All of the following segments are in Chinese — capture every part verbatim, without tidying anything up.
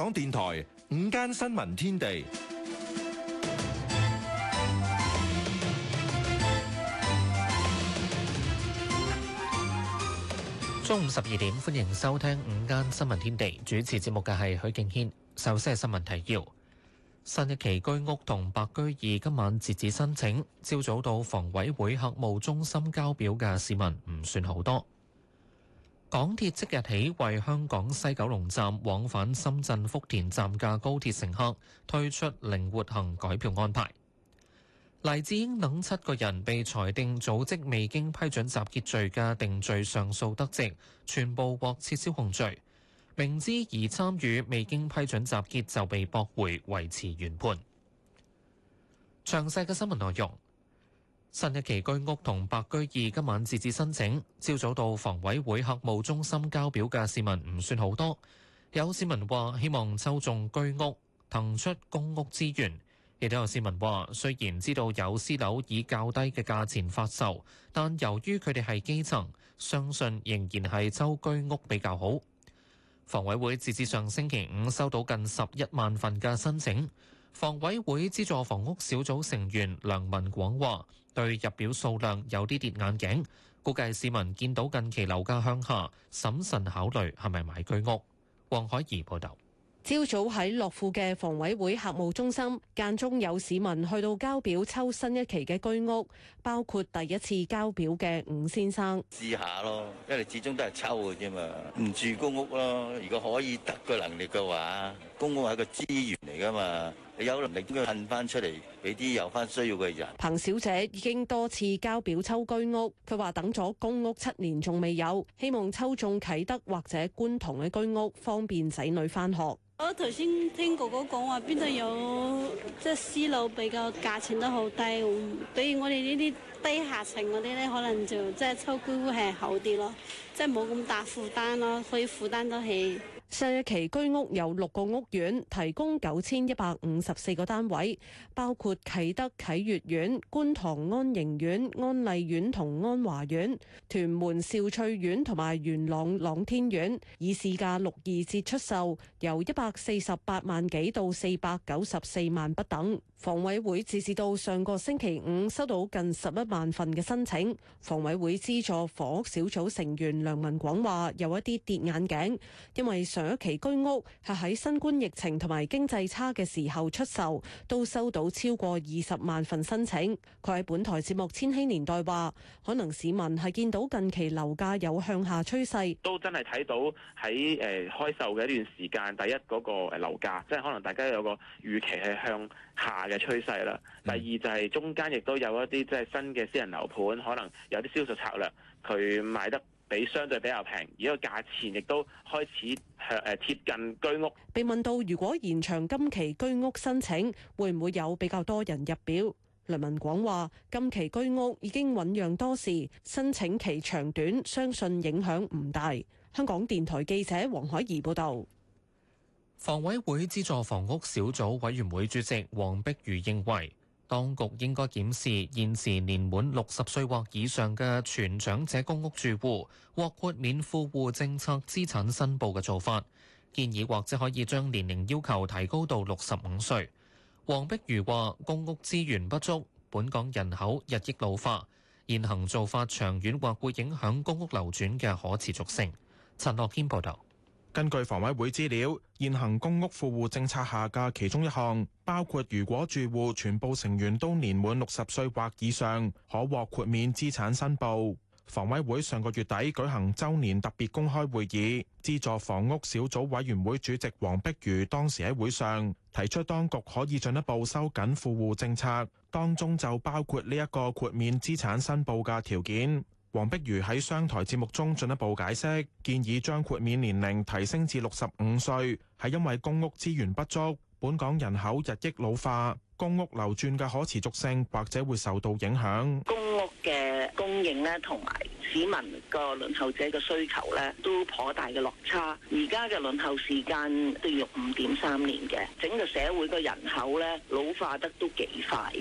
港電台午間新聞天地。 中午十二點，歡迎收聽午間新聞天地。主持節目嘅係許敬軒。首先係新聞提要：新一期居屋同白居二今晚截止申請，朝早到房委會客務中心交表嘅市民唔算好多。港鐵即日起為香港西九龍站往返深圳福田站嘅高鐵乘客推出靈活行改票安排。黎智英等七個人被裁定組織未經批准集結罪嘅定罪上訴得直，全部獲撤銷控罪。明知而參與未經批准集結就被駁回，維持原判。詳細嘅新聞內容。新一期居屋同白居二今晚截止申請，朝早到房委會客務中心交表嘅市民唔算好多。有市民話希望抽中居屋，騰出公屋資源。亦都有市民話，雖然知道有私樓以較低嘅價錢發售，但由於佢哋係基層，相信仍然係抽居屋比較好。房委會截至上星期五收到近十一萬份嘅申請。房委會資助房屋小組成員梁文廣話，對入表數量有啲跌眼鏡，估計市民見到近期樓價向下，審慎考慮係咪買居屋。黃海怡報導。 朝早喺樂富嘅房委會客務中心，間中有市民去到交表抽新一期嘅居屋，包括第一次交表嘅伍先生。 試下咯，因為始終都係抽嘅啫嘛，唔住公屋咯。如果可以得個能力嘅話，公屋係一個資源嚟噶嘛，你有能力應該噴翻出嚟，俾啲有翻需要嘅人。 彭小姐已經多次交表抽居屋，佢話等咗公屋七年仲未有，希望抽中啟德或者觀塘嘅居屋，方便仔女翻學。 我頭先聽哥哥講話，邊度有即係私樓比較價錢都好低，對於我哋呢啲低下層嗰啲咧，可能就即係抽居屋係好啲咯，即係冇咁大負擔咯，可以負擔得起。 上一期居屋有六個屋苑，提供九千一百五十四個單位，包括啟德啟悅苑、觀塘安盈苑、安麗苑同安華苑、屯門兆翠苑同埋元朗朗天苑，以市價六二折出售，由一百四十八萬幾到四百九十四萬不等。房委會截至到上個星期五收到近十一萬份嘅申請。房委會資助房屋小組成員梁文廣話：有一啲跌眼鏡，因為上一期居屋係喺新冠疫情同埋經濟差嘅時候出售，都收到超過二十萬份申請。佢喺本台節目《千禧年代》話，可能市民係見到近期樓價有向下趨勢， 都真係睇到喺誒開售嘅一段時間，第一嗰個誒樓價，即係可能大家有個預期係向下嘅趨勢啦。第二就係中間亦都有一啲即係新嘅私人樓盤，可能有啲銷售策略，佢賣得比相對比較平，而個價錢亦都開始向誒貼近居屋。 被問到如果延長今期居屋申請，會唔會有比較多人入表？梁文廣話：今期居屋已經醞釀多時，申請期長短相信影響唔大。香港電台記者黃海怡報導。 房委會資助房屋小組委員會主席黃碧如認為，當局應該檢視現時年滿六十歲或以上嘅全長者公屋住戶獲豁免富戶政策資產申報嘅做法，建議或者可以將年齡要求提高到六十五歲。黃碧如話：公屋資源不足，本港人口日益老化，現行做法長遠或會影響公屋流轉嘅可持續性。陳樂堅報導。 根據房委會資料，現行公屋富戶政策下嘅其中一項，包括如果住戶全部成員都年滿六十歲或以上，可獲豁免資產申報。房委會上個月底舉行週年特別公開會議，資助房屋小組委員會主席黃碧如當時喺會上提出，當局可以進一步收緊富戶政策，當中就包括呢一個豁免資產申報嘅條件。黃碧如喺商台節目中進一步解釋，建議將豁免年齡提升至六十五歲，係因為公屋資源不足，本港人口日益老化，公屋流轉嘅可持續性或者會受到影響。 公屋嘅供應咧，同埋市民個輪候者嘅需求咧，都頗大嘅落差。而家嘅輪候時間都要五點三年嘅，整個社會個人口咧老化得都幾快。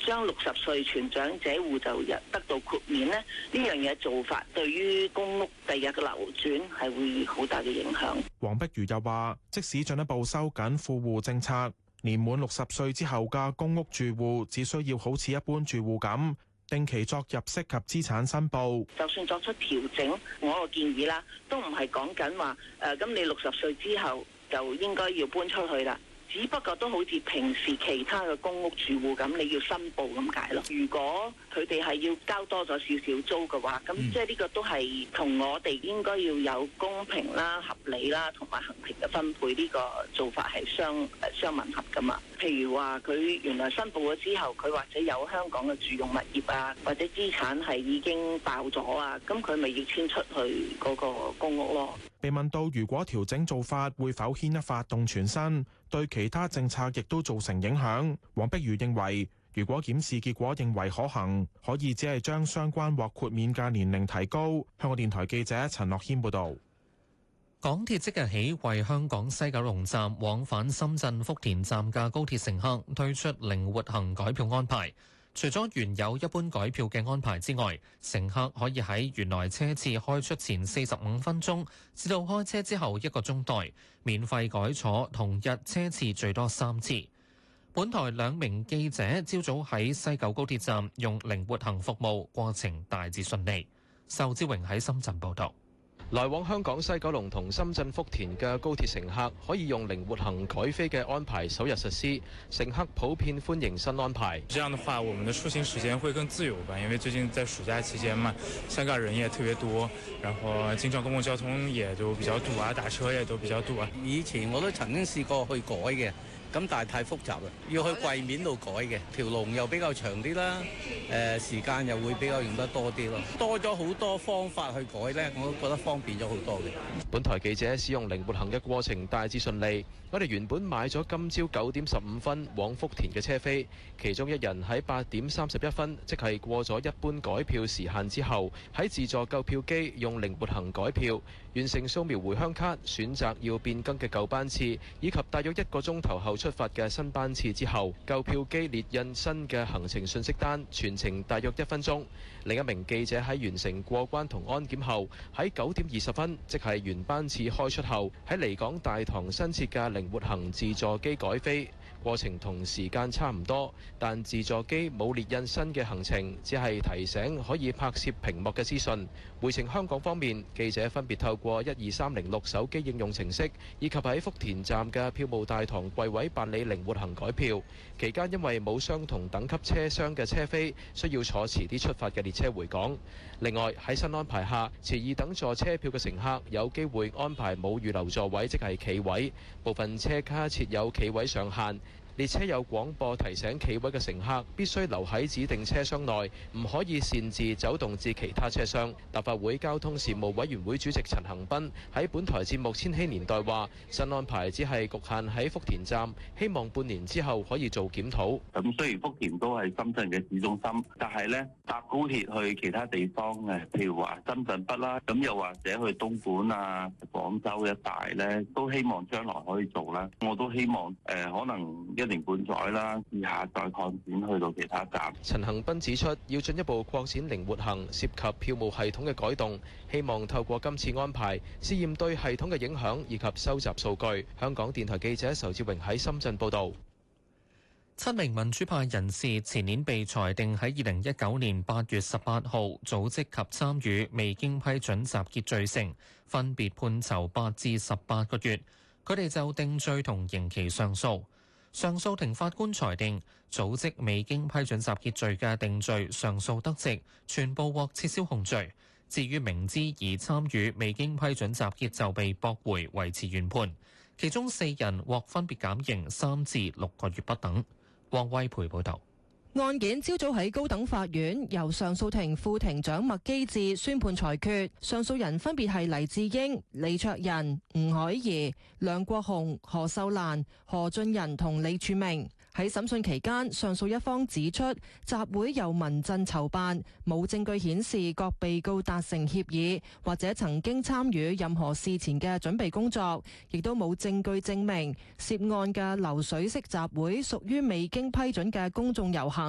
將六十歲全長者戶就得到豁免呢，呢樣嘢做法對於公屋第日嘅流轉係會好大嘅影響。 黃碧如又話，即使進一步收緊富戶政策，年滿六十歲之後嘅公屋住戶只需要好似一般住戶咁，定期作入息及資產申報。 就算作出調整，我個建議啦，都唔係講緊話誒，咁、呃、你六十歲之後就應該要搬出去啦。只不過都好似平時其他嘅公屋住戶咁，你要申報咁解咯。如果佢哋係要交多咗少少租嘅話，咁即係呢個都係同我哋應該要有公平啦、合理啦同埋衡平嘅分配呢個做法係相誒相吻合噶嘛。譬如話佢原來申報咗之後，佢或者有香港嘅住用物業啊，或者資產係已經爆咗啊，咁佢咪要遷出去嗰個公屋咯。 被問到如果調整做法會否牽一發動全身，對其他政策亦都造成影響，黃碧如認為，如果檢視結果認為可行，可以只係將相關獲豁免嘅年齡提高。香港電台記者陳樂軒報導。 港鐵即日起為香港西九龍站往返深圳福田站嘅高鐵乘客推出靈活行改票安排。除咗原有一般改票嘅安排之外，乘客可以喺原來車次開出前四十五分鐘至到開車之後一個鐘內，免費改坐同日車次最多三次。本台兩名記者朝早喺西九高鐵站用靈活行服務，過程大致順利。仇志榮喺深圳報導。 來往香港西九龍同深圳福田嘅高鐵乘客可以用靈活行改飛嘅安排首日實施，乘客普遍歡迎新安排。 這樣的話，我們的出行時間會更自由吧，因為最近在暑假期間嘛，香港人也特別多，然後經常公共交通也都比較堵啊，打車也都比較堵啊。 以前我都曾經試過去改嘅。咁但係太複雜啦，要去櫃面度改嘅，條龍又比較長啲啦，誒時間又會比較用得多啲咯，多咗好多方法去改呢，我都覺得方便咗好多嘅。 本台記者使用靈活行嘅過程大致順利，我哋原本買咗今朝九點十五分往福田嘅車飛，其中一人喺八點三十一分，即係過咗一般改票時限之後，喺自助購票機用靈活行改票，完成掃描回鄉卡，選擇要變更嘅舊班次，以及大約一個鐘頭後出發嘅新班次之後，購票機列印新嘅行程信息單，全程大約一分鐘。另一名記者喺完成過關同安檢後，喺九點二十分，即係原班次開出後，喺離港大堂新設嘅靈活行自助機改飛。過程同時間差唔多，但自助機冇列印新嘅行程，只係提醒可以拍攝屏幕嘅資訊。回程香港方面，記者分別透過一二三零六手機應用程式，以及喺福田站嘅票務大堂櫃位辦理靈活行改票。期間因為冇相同等級車廂嘅車飛，需要坐遲啲出發嘅列車回港。另外喺新安排下，持二等座車票嘅乘客有機會安排冇預留座位，即係企位。部分車卡設有企位上限。列車有廣播提醒企位嘅乘客必須留喺指定車廂內，唔可以擅自走動至其他車廂。立法會交通事務委員會主席陳恒鑌喺本台節目《千禧年代》話：新安排只係局限喺福田站，希望半年之後可以做檢討。 咁雖然福田都係深圳嘅市中心，但係呢搭高鐵去其他地方嘅，譬如話深圳北啦，咁又或者去東莞啊、廣州一帶呢，都希望將來可以做啦。我都希望誒、呃、可能一年半載啦，以下再擴展去到其他站。 陳恒鑌指出，要進一步擴展靈活行，涉及票務系統嘅改動，希望透過今次安排試驗對系統嘅影響以及收集數據。香港電台記者仇志榮喺深圳報導。 七名民主派人士前年被裁定喺二零一九年八月十八號組織及參與未經批准集結罪成，分別判囚八至十八個月。佢哋就定罪同刑期上訴。上訴庭法官裁定，組織未經批准集結罪嘅定罪上訴得直，全部獲撤銷控罪。至於明知而參與未經批准集結就被駁回，維持原判。其中四人獲分別減刑三至六個月不等。汪威培報導。 案件朝早喺高等法院由上訴庭副庭長麥基智宣判裁決，上訴人分別係黎智英、李卓人、吳靄儀、梁國雄、何秀蘭、何俊仁同李柱銘。喺審訊期間，上訴一方指出，集會由民陣籌辦，冇證據顯示各被告達成協議或者曾經參與任何事前嘅準備工作，亦都冇證據證明涉案嘅流水式集會屬於未經批准嘅公眾遊行。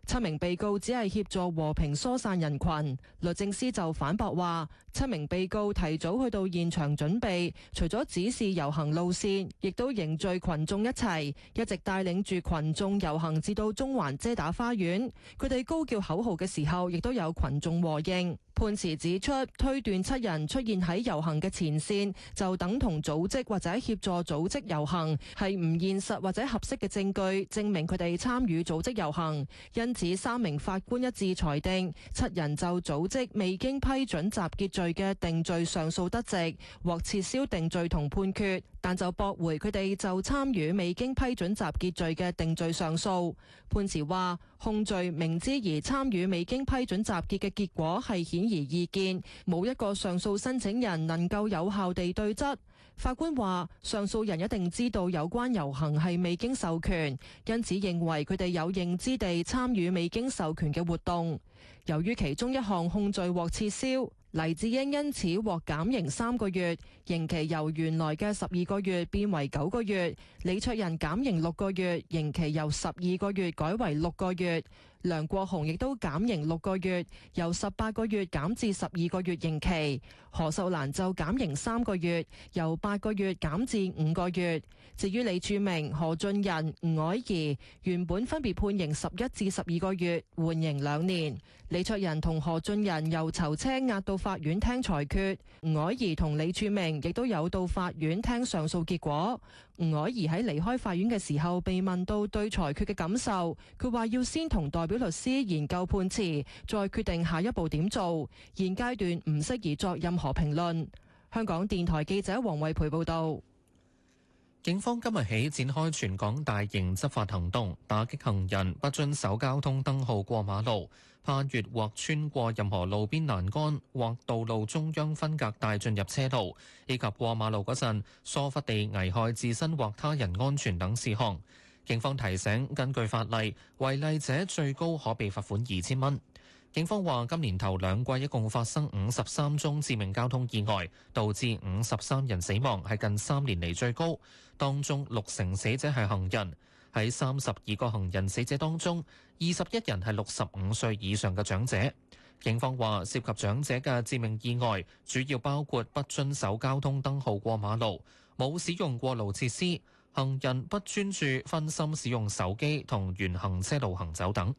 七名被告只係協助和平疏散人群。律政司就反駁話，七名被告提早去到現場準備，除咗指示遊行路線，亦都凝聚群眾一齊，一直帶領住群眾遊行至到中環遮打花園。佢哋高叫口號嘅時候，亦都有群眾和應。判詞指出，推斷七人出現喺遊行嘅前線，就等同組織或者協助組織遊行，係唔現實或者合適嘅證據，證明佢哋參與組織遊行。因此，三名法官一致裁定，七人就組織未經批准集結罪嘅定罪上訴得直，獲撤銷定罪同判決，但就駁回佢哋就參與未經批准集結罪嘅定罪上訴。判詞話，控罪明知而參與未經批准集結嘅結果係顯而易見，冇一個上訴申請人能夠有效地對質。法官話，上訴人一定知道有關遊行係未經授權，因此認為佢哋有認知地參與未經授權嘅活動。由於其中一項控罪獲撤銷，黎智英因此獲減刑三個月，刑期由原來嘅十二個月變為九個月；李卓人減刑六個月，刑期由十二個月改為六個月；梁國雄亦都減刑六個月，由十八個月減至十二個月刑期；何秀蘭就減刑三個月，由八個月減至五個月。至於李柱銘、何俊仁、吳靄儀，原本分別判刑十一至十二個月，緩刑兩年。李卓人同何俊仁由囚車押到法院聽裁決，吳靄儀同李柱銘亦都有到法院聽上訴結果。吳靄儀喺離開法院嘅時候被問到對裁決嘅感受，佢話要先同代表律師研究判詞，再決定下一步點做。現階段唔適宜作任何評論。香港電台記者黃慧培報道。 警方今日起展開全港大型執法行動，打擊行人不遵守交通燈號過馬路、跨越或穿過任何路邊欄杆或道路中央分隔帶進入車道，以及過馬路嗰陣疏忽地危害自身或他人安全等事項。警方提醒，根據法例，違例者最高可被罰款二千蚊。警方話，今年頭兩季一共發生五十三宗致命交通意外，導致五十三人死亡，係近三年嚟最高。當中六成死者係行人，喺三十二個行人死者當中，二十一人係六十五歲以上嘅長者。警方話，涉及長者嘅致命意外，主要包括不遵守交通燈號過馬路、冇使用過路設施、行人不專注分心使用手機同沿行車路行走等。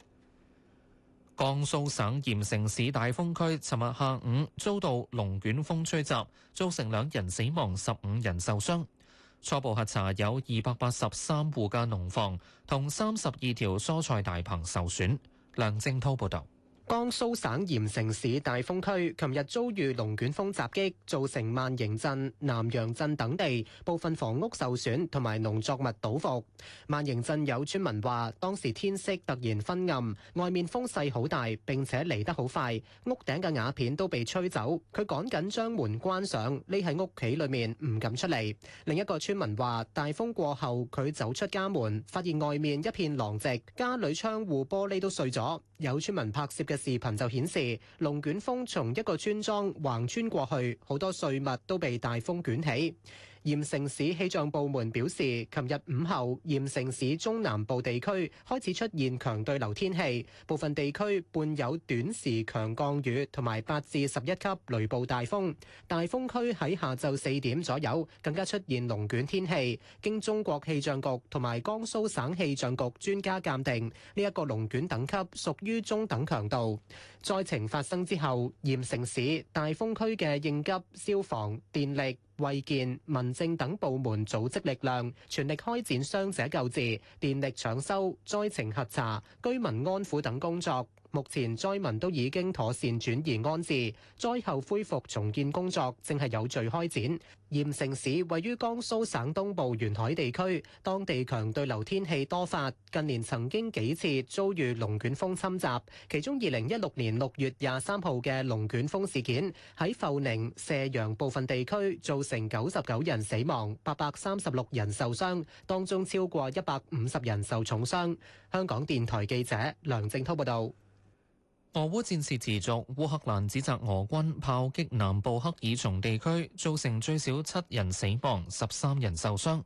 江蘇省鹽城市大豐區尋日下午遭到龍捲風吹襲，造成兩人死亡、十五人受傷。初步核查有二百八十三戶嘅農房同三十二條蔬菜大棚受損。梁正滔報導。 江蘇省鹽城市大豐區琴日遭遇龍捲風襲擊，造成萬盈鎮、南陽鎮等地部分房屋受損同埋農作物倒伏。萬盈鎮有村民話，當時天色突然昏暗，外面風勢好大，並且嚟得好快，屋頂嘅瓦片都被吹走。佢趕緊將門關上，匿喺屋企裏面唔敢出嚟。另一個村民話，大風過後佢走出家門，發現外面一片狼藉，家裏窗戶玻璃都碎咗。有村民拍攝嘅視頻就顯示，龍捲風從一個村莊橫穿過去，好多碎物都被大風捲起。鹽城市氣象部門表示，琴日午後，鹽城市中南部地區開始出現強對流天氣，部分地區伴有短時強降雨同埋八至十一級雷暴大風。大風區喺下晝四點左右更加出現龍捲天氣，經中國氣象局同埋江蘇省氣象局專家鑑定，呢一個龍捲等級屬於中等強度。災情發生之後，鹽城市大風區嘅應急、消防、電力、衛健、民政等部門組織力量，全力開展傷者救治、電力搶修、災情核查、居民安撫等工作。目前災民都已經妥善轉移安置，災後恢復重建工作正係有序開展。鹽城市位於江蘇省東部沿海地區，當地強對流天氣多發，近年曾經幾次遭遇龍捲風侵襲。其中二零一六年六月廿三號嘅龍捲風事件，喺阜寧、射陽部分地區造成九十九人死亡、八百三十六人受傷，當中超過一百五十人受重傷。香港電台記者梁正滔報導。 俄烏戰事持續，烏克蘭指責俄軍炮擊南部克爾松地區，造成最少七人死亡、十三人受傷。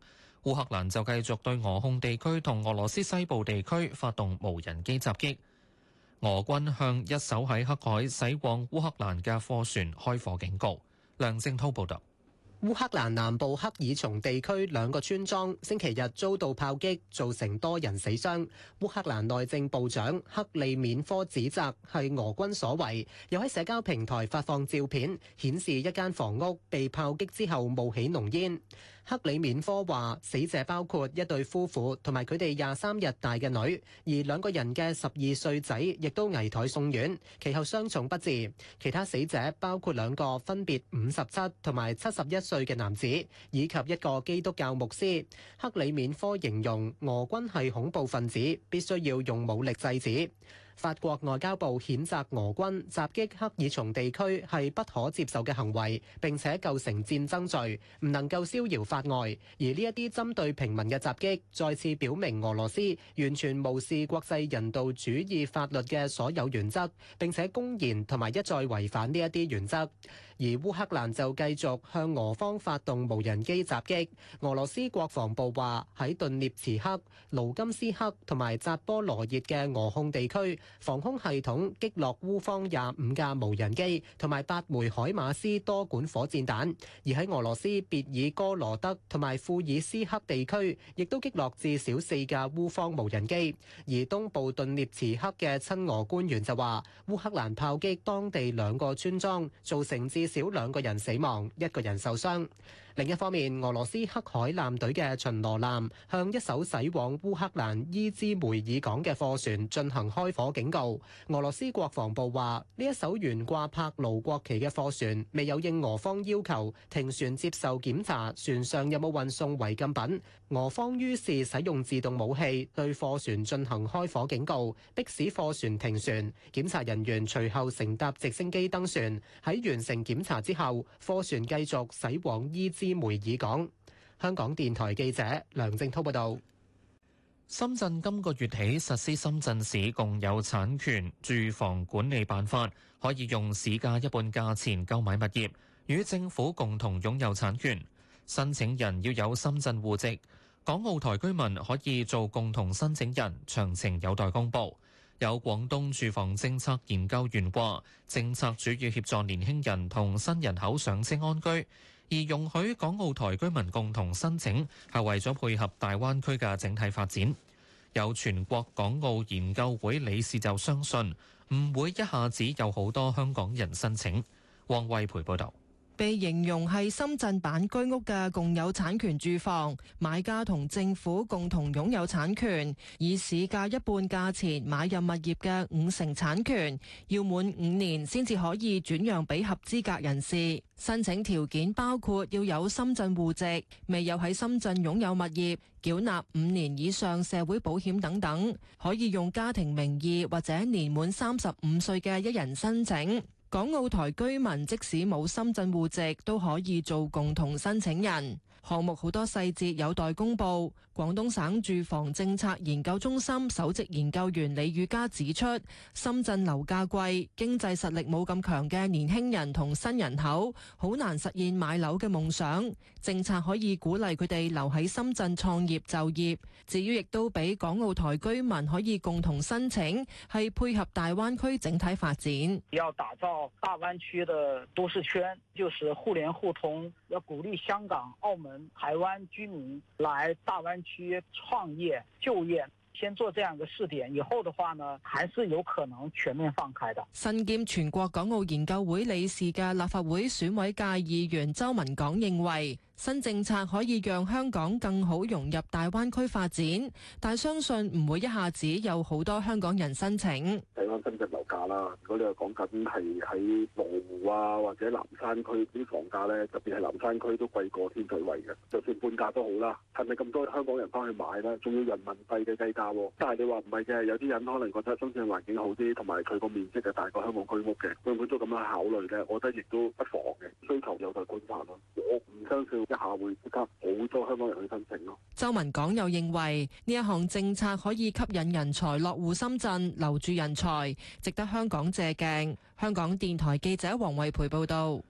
烏克蘭就繼續對俄控地區同俄羅斯西部地區發動無人機襲擊。俄軍向一艘喺黑海駛往烏克蘭嘅貨船開火警告。梁正滔報導。 烏克蘭南部克爾松地區兩個村莊星期日遭到炮擊，造成多人死傷。烏克蘭內政部長克利緬科指責係俄軍所為，又喺社交平台發放照片，顯示一間房屋被炮擊之後冒起濃煙。克里緬科話，死者包括一對夫婦同埋佢哋廿三日大嘅女，而兩個人嘅十二歲仔亦都危殆送院，其後傷重不治。其他死者包括兩個分別五十七同埋七十一歲嘅男子，以及一個基督教牧師。克里緬科形容俄軍係恐怖分子，必須要用武力制止。法國外交部譴責俄軍襲擊克爾松地區係不可接受嘅行為，並且構成戰爭罪，唔能夠逍遙法外。而呢一啲針對平民嘅襲擊，再次表明俄羅斯完全無視國際人道主義法律嘅所有原則，並且公然同埋一再違反呢一啲原則。而烏克蘭就繼續向俄方發動無人機襲擊。俄羅斯國防部話喺頓涅茨克、盧甘斯克同埋扎波羅熱嘅俄控地區，防空系統擊落烏方廿五架無人機同埋八枚海馬斯多管火箭彈。而喺俄羅斯別爾哥羅德同埋庫爾斯克地區，亦都擊落至少四架烏方無人機。而東部頓涅茨克嘅親俄官員就話，烏克蘭炮擊當地兩個村莊，造成至少兩個人死亡，一個人受傷。另一方面，俄羅斯黑海艦隊嘅巡邏艦向一艘駛往烏克蘭伊茲梅爾港嘅貨船進行開火警告。俄羅斯國防部話，呢一艘懸掛帕勞國旗嘅貨船未有應俄方要求停船接受檢查，船上有冇運送違禁品。俄方於是使用自動武器對貨船進行開火警告，迫使貨船停船。檢查人員隨後乘搭直升機登船。喺完成檢查之後，貨船繼續駛往伊茲梅爾港。香港電台記者梁正滔報導。 深圳今個月起實施深圳市共有產權住房管理辦法，可以用市價一半價錢購買物業，與政府共同擁有產權。申請人要有深圳戶籍，港澳台居民可以做共同申請人，詳情有待公佈。有廣東住房政策研究員話，政策主要協助年輕人同新人口上車安居，而容許港澳台居民共同申請，係為咗配合大灣區嘅整體發展。有全國港澳研究會理事就相信，唔會一下子有好多香港人申請。汪慧培報導。 被形容係深圳版居屋嘅共有產權住房，買家同政府共同擁有產權，以市價一半價錢買入物業嘅五成產權，要滿五年先至可以轉讓俾合資格人士。申請條件包括要有深圳戶籍，未有喺深圳擁有物業，繳納五年以上社會保險等等，可以用家庭名義或者年滿三十五歲嘅一人申請。港澳台居民即使冇深圳戶籍，都可以做共同申請人。項目好多細節有待公佈。廣東省住房政策研究中心首席研究員李宇嘉指出，深圳樓價貴，經濟實力冇咁強嘅年輕人同新人口，好難實現買樓嘅夢想。政策可以鼓勵佢哋留喺深圳創業就業。至於亦都俾港澳台居民可以共同申請，係配合大灣區整體發展。 要打造大灣區的都市圈，就是互聯互通，要鼓勵香港、澳門、台灣居民來大灣區創業就業，先做這樣一個試點，以後的話呢，還是有可能全面放開的。 身兼全國港澳研究會理事嘅立法會選委界議員周文港認為，新政策可以讓香港更好融入大灣區發展，但相信唔會一下子有好多香港人申請。 睇翻深圳樓價啦，如果你話講緊係喺羅湖啊或者南山區啲房價咧，特別係南山區都貴過天水圍嘅，就算半價都好啦。係咪咁多香港人翻去買咧？仲要人民幣嘅計價喎。但係你話唔係嘅，有啲人可能覺得深圳環境好啲，同埋佢個面積係大過香港居屋嘅，會唔會都咁樣考慮咧？我覺得亦都不妨嘅，需求有待觀察咯。我唔相信一下會即刻好多香港人去申請咯。 周文港又認為呢一項政策可以吸引人才落戶深圳，留住人才，值得香港借鏡。香港電台記者黃慧培報道。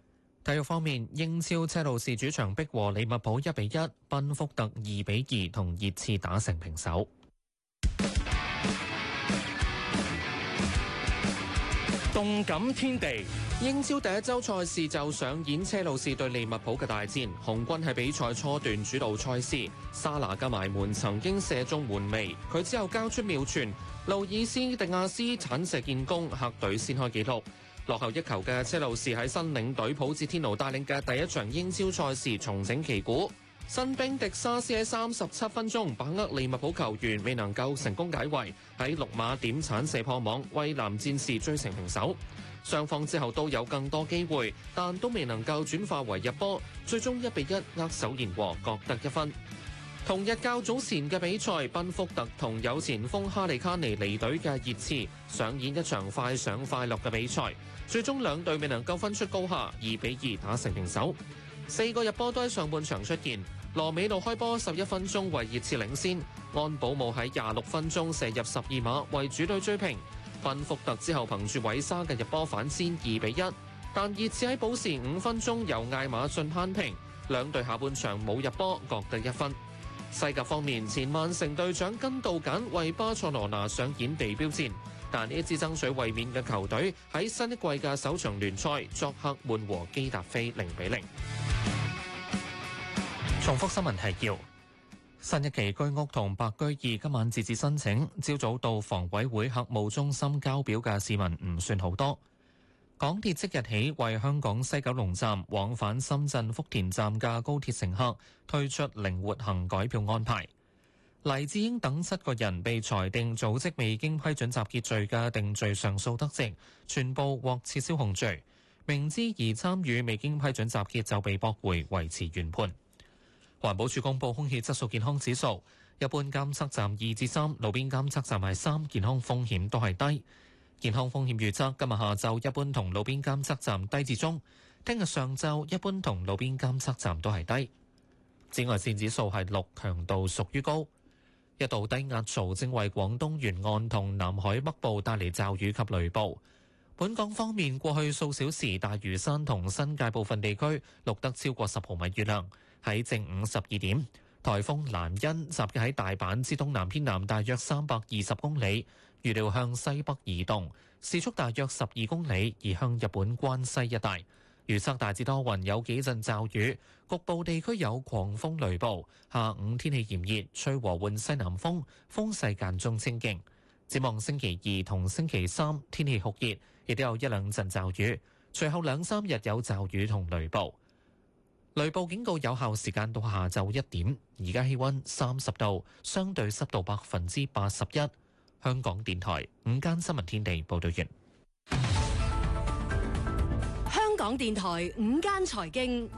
體育方面，英超車路士主場逼和利物浦一比一，賓福特二比二同熱刺打成平手。 動感天地， 英超第一週賽事就上演車路士對利物浦嘅大戰。紅軍喺比賽初段主導賽事，沙拿加埋門曾經射中門楣，佢之後交出妙傳，路爾斯迪亞斯鏟射建功，客隊先開紀錄。落後一球嘅車路士喺新領隊普捷天奴帶領嘅第一場英超賽事重整旗鼓。新兵迪沙斯喺三十七分鐘把握利物浦球員未能夠成功解圍，喺六碼點鏟射破網，為藍戰士追成平手。雙方之後都有更多機會，但都未能夠轉化為入波，最終一比一握手言和，各得一分。同日較早前嘅比賽，賓福特同有前鋒哈利卡尼離隊嘅熱刺上演一場快上快落嘅比賽，最終兩隊未能夠分出高下，二比二打成平手。四個入波都喺上半場出現，羅美路開波十一分鐘為熱刺領先，安保姆喺廿六分鐘射入十二碼為主隊追平。賓福特之後憑住韋沙嘅入波反先二比一，但熱刺喺補時五分鐘由艾馬遜扳平，兩隊下半場冇入波，各得一分。西甲方面，前曼城隊長根道簡為巴塞羅那上演地標戰，但呢一支爭取衛冕嘅球隊喺新一季嘅首場聯賽作客悶和基達菲零比零。重複新聞提要：新一期居屋同白居二今晚截止申請，朝早到房委會客務中心交表嘅市民唔算好多。港鐵即日起為香港西九龍站往返深圳福田站嘅高鐵乘客推出靈活行改票安排。黎智英等七個人被裁定組織未經批准集結罪嘅定罪上訴得直，全部獲撤銷控罪。明知而參與未經批准集結就被駁回，維持原判。環保署公布空氣質素健康指數，一般監測站二至三，路邊監測站係三，健康風險都係低。健康風險預測今日下晝一般同路邊監測站低至中，聽日上晝一般同路邊監測站都係低。紫外線指數係六，強度屬於高。一道低壓槽正為廣東沿岸同南海北部帶嚟驟雨及雷暴。本港方面，過去數小時，大嶼山同新界部分地區錄得超過十毫米雨量。喺正午十二點，颱風蘭恩集結喺大阪之東南偏南大約三百二十公里，預料向西北移動，時速大約十二公里，移向日本關西一帶。預測大致多雲，有幾陣驟雨，局部地區有狂風雷暴。下午天氣炎熱，吹和緩西南風，風勢間中清勁。展望星期二同星期三天氣酷熱，亦都有一兩陣驟雨，隨後兩三日有驟雨同雷暴。雷暴警告有效時間到下晝一點。而家氣溫三十度，相對濕度百分之八十一。香港電台午間新聞天地報道完。 香港電台午間財經。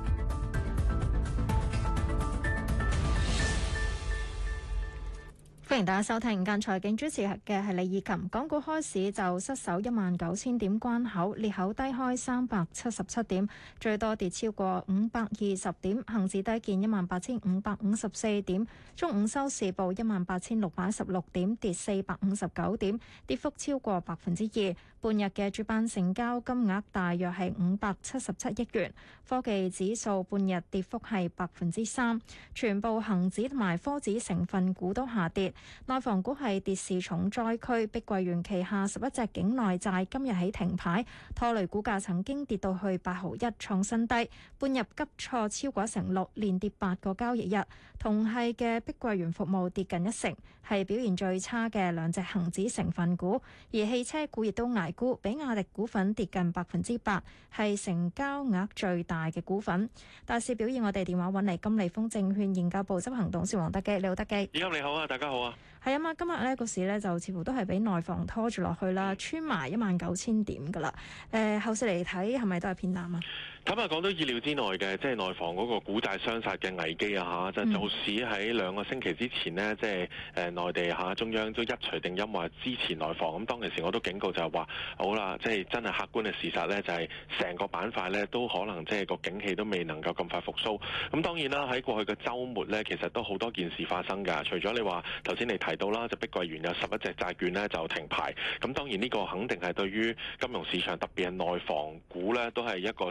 歡迎大家收聽午間財經，主持嘅係李以琴。港股開市就失守一萬九千點關口，裂口低開三百七十七點，最多跌超過五百二十點，恒指低見一萬八千五百五十四點，中午收市報一萬八千六百一十六點，跌四百五十九點，跌幅超過百分之二。半日嘅主板成交金額大約係五百七十七億元。科技指數半日跌幅係百分之三，全部恒指同埋科指成分股都下跌。內房股係跌市重災區，碧桂園旗下十一隻境內債今日起停牌，拖累股價曾經跌到去八毫一創新低，半日急挫超過成六，連跌八個交易日。同係嘅碧桂園服務跌近一成，係表現最差嘅兩隻恒指成分股，而汽車股亦都捱沽，比亞迪股份跌近百分之八，係成交額最大嘅股份。大市表現，我哋電話揾嚟金利豐證券研究部執行董事黃德基，你好，德基。 而家你好啊，大家好啊。 係啊嘛，今日呢個市呢，就似乎都係俾內房拖住落去啦，穿埋一萬九千點噶啦。誒、呃，後市嚟睇係咪都係偏淡啊？ 坦白講都意料之內嘅，即係內房嗰個股債雙殺嘅危機啊嚇，就早市喺兩個星期之前呢，即係誒內地嚇中央都一錘定音話支持內房。咁當其時我都警告就係話，好啦，即係真係客觀嘅事實呢，就係成個板塊呢都可能即係個景氣都未能夠咁快復甦。咁當然啦，喺過去嘅週末呢，其實都好多件事發生㗎。除咗你話頭先你提到啦，就碧桂園有十一隻債券呢就停牌。咁當然呢個肯定係對於金融市場特別係內房股呢，都係一個震撼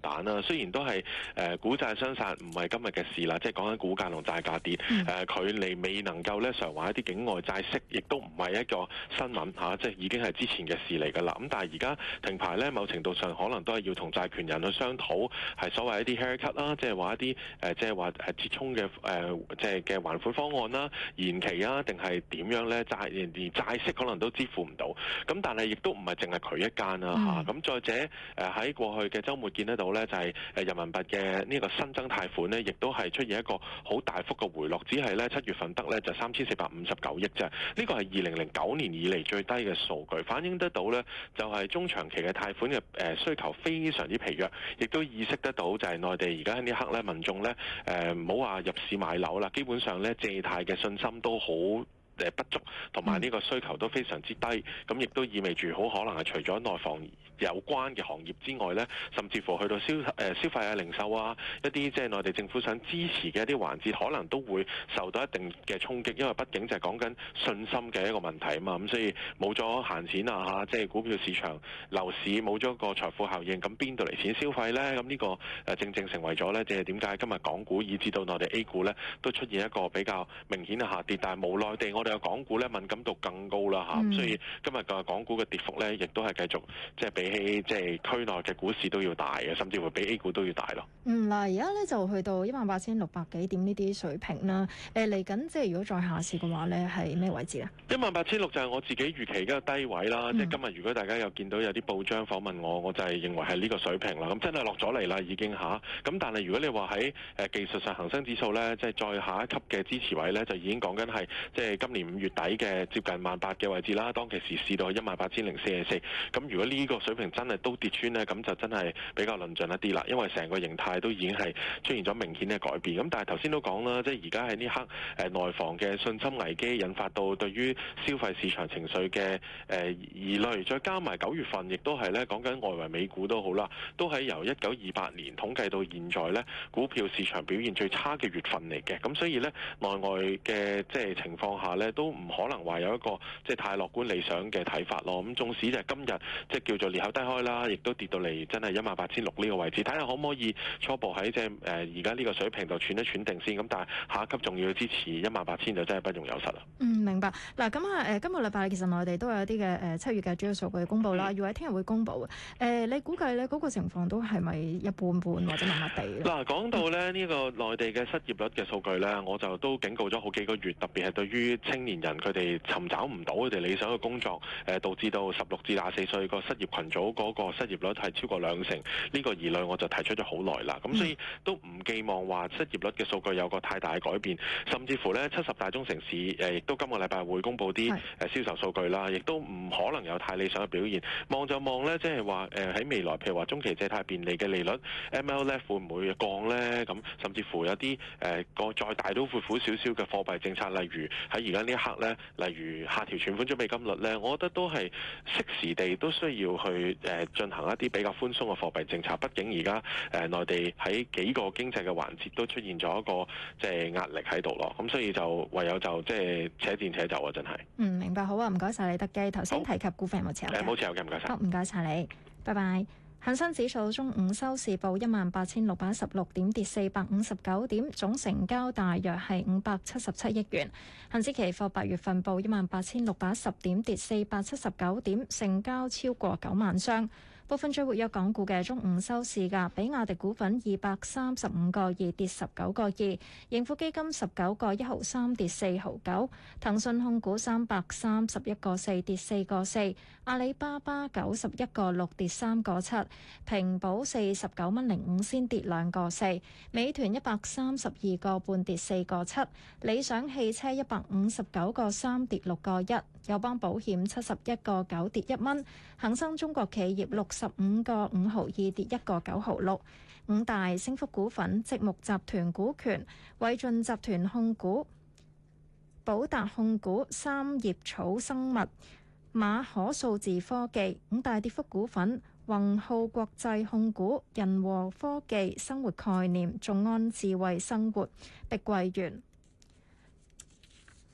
彈啦。雖然都係誒股債相殺唔係今日嘅事啦，即係講緊股價同債價跌，誒佢哋未能夠咧償還一啲境外債息，亦都唔係一個新聞嚇、啊，即係已經係之前嘅事嚟㗎啦。咁但係而家停牌咧，某程度上可能都係要同債權人去商討，係所謂一啲 haircut 啦，即係話一啲誒，即係話誒折衷嘅誒，即係嘅還款方案啦、延期啊，定係點樣咧？債連債息可能都支付唔到。咁但係亦都唔係淨係佢一間啦嚇。咁、嗯、再者誒喺過去嘅週末見得到咧，就係誒人民幣嘅呢個新增貸款咧，亦都係出現一個好大幅嘅回落，只係咧七月份得咧就三千四百五十九億啫。呢個係二零零九年以嚟最低嘅數據，反映得到咧就係中長期嘅貸款嘅誒需求非常之疲弱，亦都意識得到就係內地而家喺呢刻咧民眾咧誒唔好話入市買樓啦，基本上咧借貸嘅信心都好誒不足，同埋呢個需求都非常之低，咁亦都意味住好可能係除咗內房有關嘅行業之外呢，甚至乎去到消誒消費啊、零售啊一啲即係內地政府想支持嘅一啲環節，可能都會受到一定嘅衝擊，因為畢竟就係講緊信心嘅一個問題啊嘛，咁所以冇咗閒錢啊嚇，即係股票市場、樓市冇咗個財富效應，咁邊度嚟錢消費呢？咁呢個誒正正成為咗呢，即係點解今日港股以至到內地 A 股呢，都出現一個比較明顯嘅下跌，但係無奈地我哋嘅港股呢，敏感度更高啦嚇，咁、嗯、所以今日嘅港股嘅跌幅呢，亦都係繼續即係比起即係區內嘅股市都要大嘅，甚至乎比 A 股都要大咯。 嗯，嗱，而家咧就去到一萬八千六百幾點呢啲水平啦。誒嚟緊，即係如果再下試嘅話咧，係咩位置咧？一萬八千六就係我自己預期嘅低位啦。嗯、即係今日如果大家有見到有啲報章訪問我，我就係認為係呢個水平啦。咁真係落咗嚟啦，已經吓。咁但係如果你話喺誒技術上恒生指數咧，即係再下一級嘅支持位咧，就已經講緊係即係今年五月底嘅接近萬八嘅位置啦。當其時試到一萬八千零四十四。咁如果呢個水平真係都跌穿呢，咁就真係比較論盡一啲啦。因為成個形態都已經係出現咗明顯嘅改變。咁但係頭先都講啦，即係而家喺呢刻誒內房嘅信心危機引發到對於消費市場情緒嘅誒疑慮，再加埋九月份亦都係咧講緊外圍美股都好啦，都係由一九二八年統計到現在咧，股票市場表現最差嘅月份嚟嘅。咁所以咧內外嘅即係情況下咧，都唔可能話有一個即係太樂觀理想嘅睇法咯。咁縱使就係今日即係叫做裂口低開啦，亦都跌到嚟真係一萬八千六呢個位置，睇下可唔可以初步喺即係誒而家呢個水平度喘一喘定先。咁但係下一級仲要支持一萬八千就真係不容有失啦。嗯，明白。嗱咁啊誒，今個禮拜其實內地都有一啲嘅誒七月嘅主要數據公佈啦，預計聽日會公佈嘅。誒，你估計咧嗰個情況都係咪一般般或者麻麻地咧？嗱，講到咧呢個內地嘅失業率嘅數據咧，我就都警告咗好幾個月，特別係對於青年人佢哋尋找唔到佢哋理想嘅工作，誒導致到十六至廿四歲個失業群組嗰個失業率係超過兩成，呢個疑慮我就提出咗好耐啦。咁所以都唔寄望話失業率嘅數據有個太大嘅改變，甚至乎咧七十大中城市誒亦都今個禮拜會公布啲誒銷售數據啦，亦都唔可能有太理想嘅表現。望就望咧，即係話誒喺未來，譬如話中期借貸便利嘅利率 M L F 會唔會降咧？咁甚至乎有啲誒個再大刀闊斧少少嘅貨幣政策，例如喺而家呢一刻咧，例如下調存款準備金率咧，我覺得都係適時地都需要去誒進行一啲比較寬鬆嘅貨幣政策。畢竟而家誒內地喺幾個經濟嘅環節都出現咗一個即係壓力喺度咯。咁所以就唯有就即係且戰且走啊！真係。嗯，明白。好啊，唔該晒李德基。頭先提及股份有冇持有？誒冇持有嘅，唔該晒。好，唔該晒你。拜拜。恒生指數中午收市報一萬八千六百一十六點，跌四百五十九點，總成交大約係五百七十七億元。恒指期貨八月份報一萬八千六百一十點，跌四百七十九點，成交超過九萬張。部分最活躍港股嘅中午收市價，比亞迪股份二百三十五個二跌十九個二，盈富基金十九個一毫三跌四毫九，騰訊控股三百三十一個四跌四個四，阿里巴巴九十一個六跌三個七，平保四十九蚊零五仙跌兩個四，美團一百三十二個半跌四個七，理想汽車一百五十九個三跌六個一，友邦保險七十一個九跌一蚊，恒生中國企業六十五個五毫二跌一個九毫六。五大升幅股份：積木集團股權、偉進集團控股、寶達控股、三葉草生物、馬可數字科技。五大跌幅股份：宏浩國際控股、人和科技、生活概念、眾安智慧生活、碧桂園。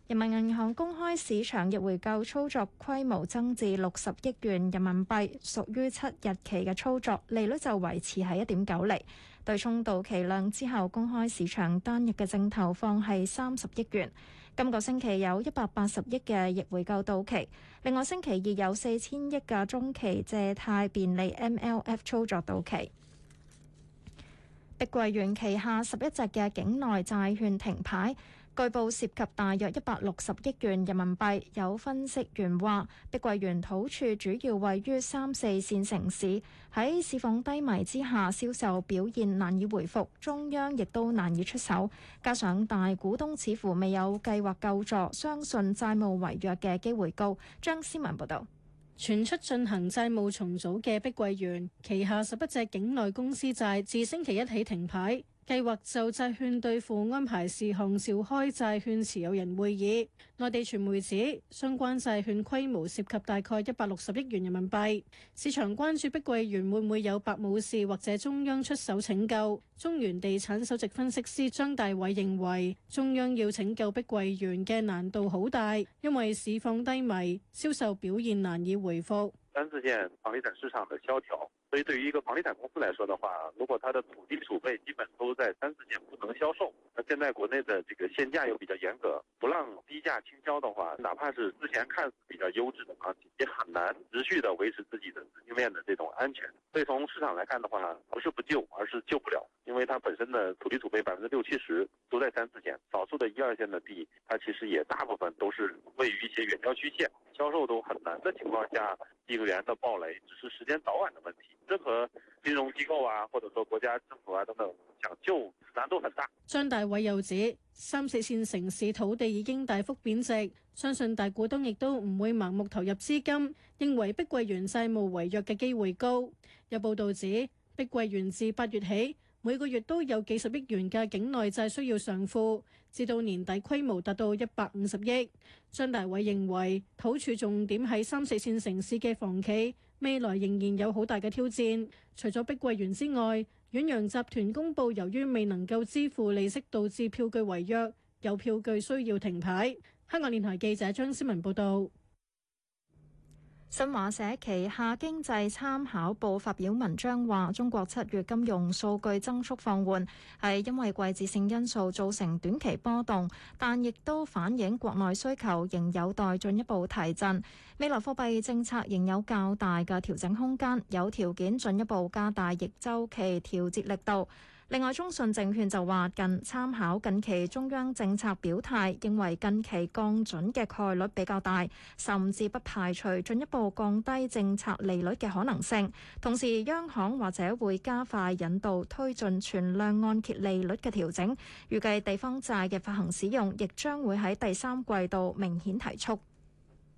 人民銀行公開市場逆回購操作規模增至六十億元人民幣，屬於七日期嘅操作，利率就維持喺一點九厘。對沖到期量之後，公開市場單日嘅淨投放係三十億元。今個星期有一百八十億嘅逆回購到期，另外星期二有四千億嘅中期借貸便利 M L F 操作到期。碧桂園旗下十一隻嘅境內債券停牌，據報涉及大約一百六十億元人民幣。有分析員話，碧桂園土儲主要位於三四線城市，喺市況低迷之下，銷售表現難以回復，中央亦都難以出手。加上大股東似乎未有計劃救助，相信債務違約嘅機會高。張思文報導。 傳出進行債務重組嘅碧桂園旗下十一隻境內公司債自星期一起停牌，計劃就債券兌付安排事項召開債券持有人會議。內地傳媒指相關債券規模涉及大概一百六十億元人民幣。市場關注碧桂園會唔會有白武士或者中央出手拯救。中原地產首席分析師張大偉認為，中央要拯救碧桂園嘅難度好大，因為市況低迷，銷售表現難以回復。 三四線房地產市場的蕭條，所以對於一個房地產公司來說的話，如果它的土地儲備基本都在三四線不能銷售，那現在國內的這個限價又比較嚴格，不讓低價傾銷的話，哪怕是之前看似比較優質的房企，也很難持續的維持自己的資金鏈的這種安全。所以從市場來看的話，不是不救，而是救不了，因為它本身的土地儲備百分之六七十都在三四線，少數的一二線的地，它其實也大部分都是位於一些遠郊區縣，銷售都很難的情況下，碧桂園的暴雷只是時間早晚的問題。任何金融機構啊，或者說國家政府啊等等，想救難度很大。 張大偉又指，三四線城市土地已經大幅貶值，相信大股東亦都唔會盲目投入資金，認為碧桂園債務違約嘅機會高。有報道指，碧桂園自八月起每個月都有幾十億元嘅境內債需要償付，至到年底規模達到一百五十億。張大偉認為，土儲重點喺三四線城市嘅房企，未來仍然有好大嘅挑戰。除咗碧桂園之外，遠洋集團公佈由於未能夠支付利息，導致票據違約，有票據需要停牌。香港電台記者張思文報道。 新華社旗下經濟參考報發表文章話，中國七月金融數據增速放緩，係因為季節性因素造成短期波動，但亦都反映國內需求仍有待進一步提振。未來貨幣政策仍有較大嘅調整空間，有條件進一步加大逆週期調節力度。另外，中信證券就話近參考近期中央政策表態，認為近期降準嘅概率比較大，甚至不排除進一步降低政策利率嘅可能性。同時，央行或者會加快引導推進存量按揭利率嘅調整，預計地方債嘅發行使用亦將會喺第三季度明顯提速。